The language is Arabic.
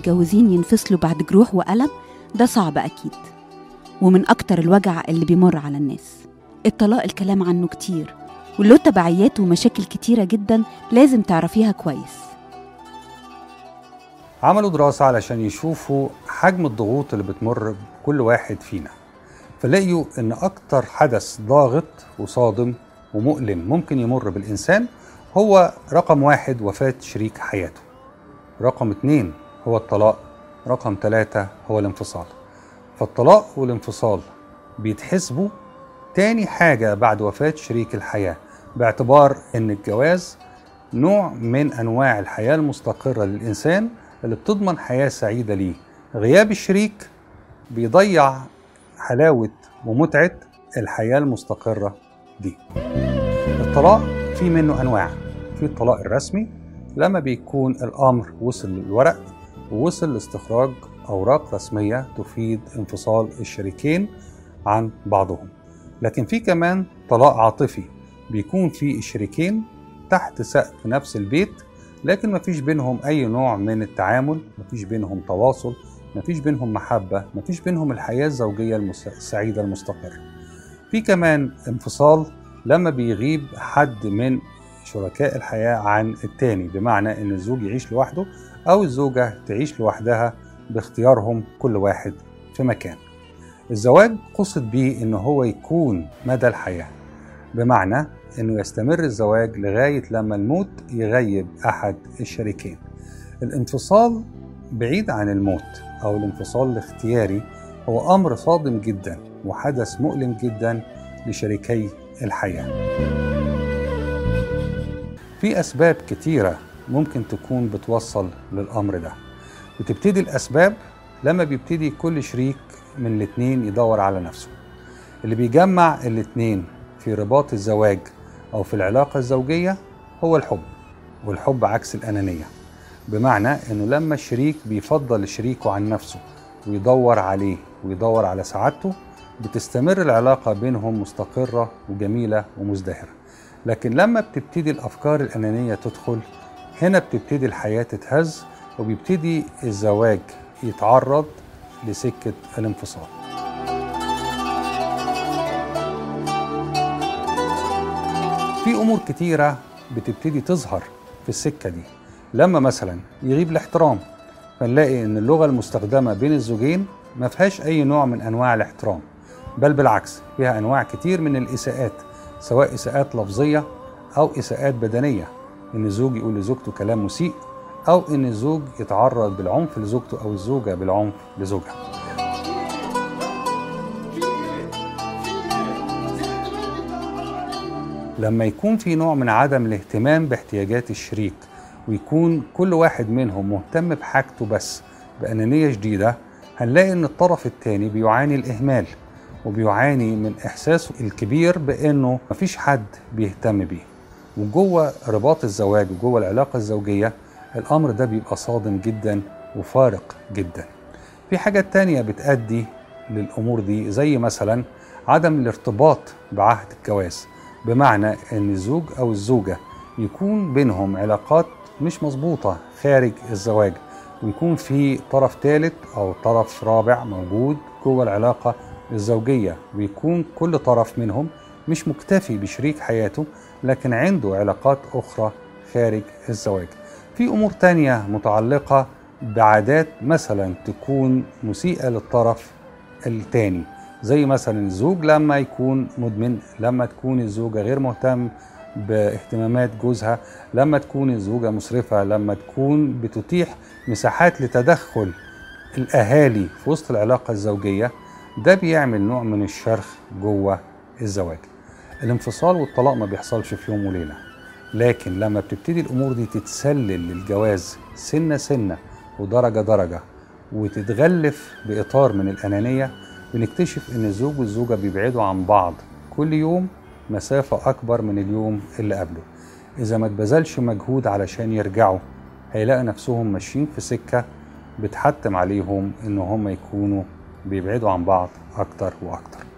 المتجوزين ينفصلوا بعد جروح وألم ده صعب أكيد، ومن أكتر الوجع اللي بيمر على الناس. الطلاق الكلام عنه كتير وله تبعيات ومشاكل كتيرة جدا لازم تعرفيها كويس. عملوا دراسة علشان يشوفوا حجم الضغوط اللي بتمر بكل واحد فينا، فلقيوا إن أكتر حدث ضاغط وصادم ومؤلم ممكن يمر بالإنسان هو رقم 1 وفاة شريك حياته، رقم 2 هو الطلاق، رقم 3 هو الانفصال. فالطلاق والانفصال بيتحسبوا تاني حاجة بعد وفاة شريك الحياة، باعتبار إن الجواز نوع من أنواع الحياة المستقرة للإنسان اللي بتضمن حياة سعيدة ليه. غياب الشريك بيضيع حلاوة ومتعة الحياة المستقرة دي. الطلاق في منه أنواع، في الطلاق الرسمي لما بيكون الأمر وصل للورق ووصل لاستخراج أوراق رسمية تفيد انفصال الشريكين عن بعضهم. لكن في كمان طلاق عاطفي بيكون في الشريكين تحت سقف نفس البيت، لكن مفيش بينهم أي نوع من التعامل، مفيش بينهم تواصل، مفيش بينهم محبة، مفيش بينهم الحياة الزوجية السعيدة المستقرة. في كمان انفصال لما بيغيب حد من شركاء الحياة عن التاني، بمعنى ان الزوج يعيش لوحده او الزوجة تعيش لوحدها باختيارهم كل واحد في مكان. الزواج قصد بيه ان هو يكون مدى الحياة، بمعنى انه يستمر الزواج لغاية لما الموت يغيب احد الشريكين. الانفصال بعيد عن الموت او الانفصال الاختياري هو امر صادم جدا وحدث مؤلم جدا لشريكي الحياة. في أسباب كتيرة ممكن تكون بتوصل للأمر ده. بتبتدي الأسباب لما بيبتدي كل شريك من الاتنين يدور على نفسه. اللي بيجمع الاتنين في رباط الزواج أو في العلاقة الزوجية هو الحب، والحب عكس الأنانية، بمعنى أنه لما الشريك بيفضل شريكه عن نفسه ويدور عليه ويدور على سعادته بتستمر العلاقة بينهم مستقرة وجميلة ومزدهرة. لكن لما بتبتدي الأفكار الأنانية تدخل، هنا بتبتدي الحياة تتهز وبيبتدي الزواج يتعرض لسكة الانفصال. في أمور كتيرة بتبتدي تظهر في السكة دي. لما مثلا يغيب الاحترام، فنلاقي إن اللغة المستخدمة بين الزوجين ما فيهاش أي نوع من أنواع الاحترام، بل بالعكس فيها أنواع كتير من الإساءات، سواء إساءات لفظية أو إساءات بدنية، إن الزوج يقول لزوجته كلام مسيء، أو إن الزوج يتعرض بالعنف لزوجته أو الزوجة بالعنف لزوجها. لما يكون في نوع من عدم الاهتمام باحتياجات الشريك ويكون كل واحد منهم مهتم بحاجته بس بأنانية شديدة، هنلاقي إن الطرف الثاني بيعاني الإهمال وبيعاني من إحساسه الكبير بأنه مفيش حد بيهتم بيه. وجوه رباط الزواج وجوه العلاقة الزوجية الأمر ده بيبقى صادم جدا وفارق جدا. في حاجة تانية بتؤدي للأمور دي، زي مثلا عدم الارتباط بعهد الجواز، بمعنى أن الزوج أو الزوجة يكون بينهم علاقات مش مظبوطة خارج الزواج، ويكون في طرف ثالث أو طرف رابع موجود جوه العلاقة الزوجية، ويكون كل طرف منهم مش مكتفي بشريك حياته لكن عنده علاقات أخرى خارج الزواج. في أمور تانية متعلقة بعادات مثلا تكون مسيئة للطرف الثاني، زي مثلا الزوج لما يكون مدمن، لما تكون الزوجة غير مهتم باهتمامات جوزها، لما تكون الزوجة مسرفة، لما تكون بتتيح مساحات لتدخل الأهالي في وسط العلاقة الزوجية، ده بيعمل نوع من الشرخ جوه الزواج. الانفصال والطلاق ما بيحصلش في يوم وليلة، لكن لما بتبتدي الأمور دي تتسلل للجواز سنة سنة ودرجة درجة وتتغلف بإطار من الأنانية، بنكتشف إن الزوج والزوجة بيبعدوا عن بعض كل يوم مسافة أكبر من اليوم اللي قبله. إذا ما تبذلش مجهود علشان يرجعوا، هيلاقي نفسهم ماشيين في سكة بتحتم عليهم إن هم يكونوا بيبعدوا عن بعض أكتر وأكتر.